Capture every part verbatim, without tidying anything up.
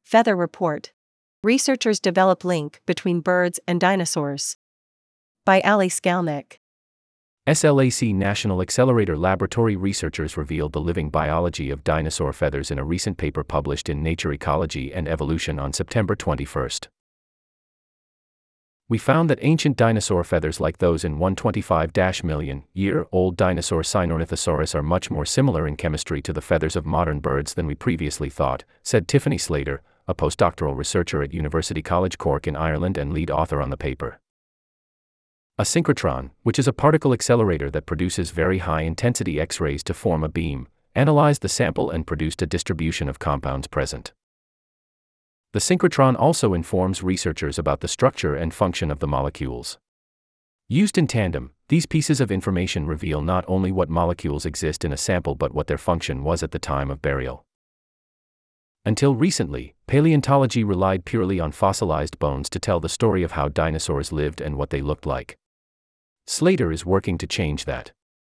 Feather Report. Researchers develop link between birds and dinosaurs. By Ali Skalnick. S L A C National Accelerator Laboratory researchers revealed the living biology of dinosaur feathers in a recent paper published in Nature Ecology and Evolution on September twenty-first. We found that ancient dinosaur feathers like those in one hundred twenty-five million year old dinosaur Sinornithosaurus are much more similar in chemistry to the feathers of modern birds than we previously thought, said Tiffany Slater, a postdoctoral researcher at University College Cork in Ireland and lead author on the paper. A synchrotron, which is a particle accelerator that produces very high-intensity X-rays to form a beam, analyzed the sample and produced a distribution of compounds present. The synchrotron also informs researchers about the structure and function of the molecules. Used in tandem, these pieces of information reveal not only what molecules exist in a sample but what their function was at the time of burial. Until recently, paleontology relied purely on fossilized bones to tell the story of how dinosaurs lived and what they looked like. Slater is working to change that.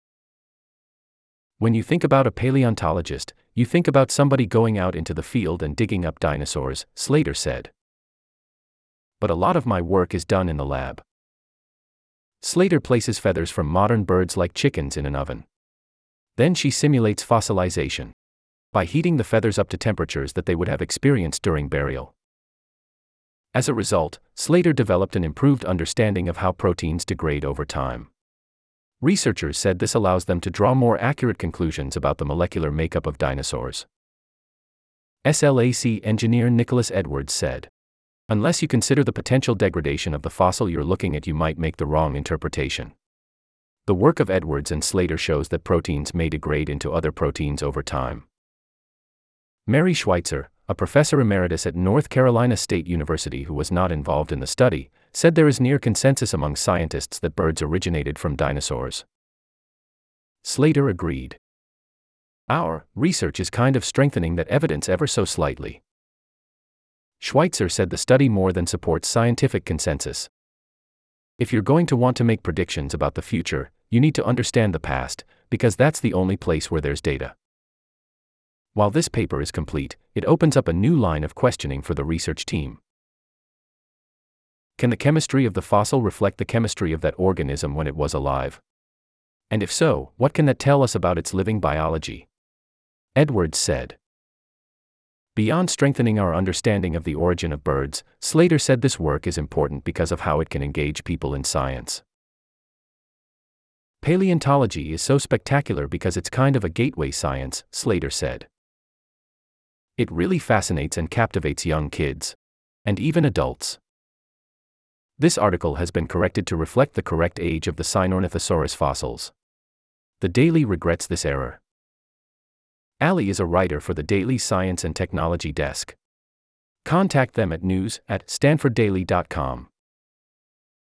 When you think about a paleontologist, you think about somebody going out into the field and digging up dinosaurs, Slater said. But a lot of my work is done in the lab. Slater places feathers from modern birds like chickens in an oven. Then she simulates fossilization by heating the feathers up to temperatures that they would have experienced during burial. As a result, Slater developed an improved understanding of how proteins degrade over time. Researchers said this allows them to draw more accurate conclusions about the molecular makeup of dinosaurs. S L A C engineer Nicholas Edwards said, "Unless you consider the potential degradation of the fossil you're looking at, you might make the wrong interpretation." The work of Edwards and Slater shows that proteins may degrade into other proteins over time. Mary Schweitzer, a professor emeritus at North Carolina State University who was not involved in the study, said there is near consensus among scientists that birds originated from dinosaurs. Slater agreed. "Our research is kind of strengthening that evidence ever so slightly." Schweitzer said the study more than supports scientific consensus. "If you're going to want to make predictions about the future, you need to understand the past, because that's the only place where there's data." While this paper is complete, it opens up a new line of questioning for the research team. Can the chemistry of the fossil reflect the chemistry of that organism when it was alive? And if so, what can that tell us about its living biology? Edwards said. Beyond strengthening our understanding of the origin of birds, Slater said this work is important because of how it can engage people in science. Paleontology is so spectacular because it's kind of a gateway science, Slater said. It really fascinates and captivates young kids. And even adults. This article has been corrected to reflect the correct age of the Sinornithosaurus fossils. The Daily regrets this error. Ali is a writer for the Daily Science and Technology Desk. Contact them at news at stanford daily dot com.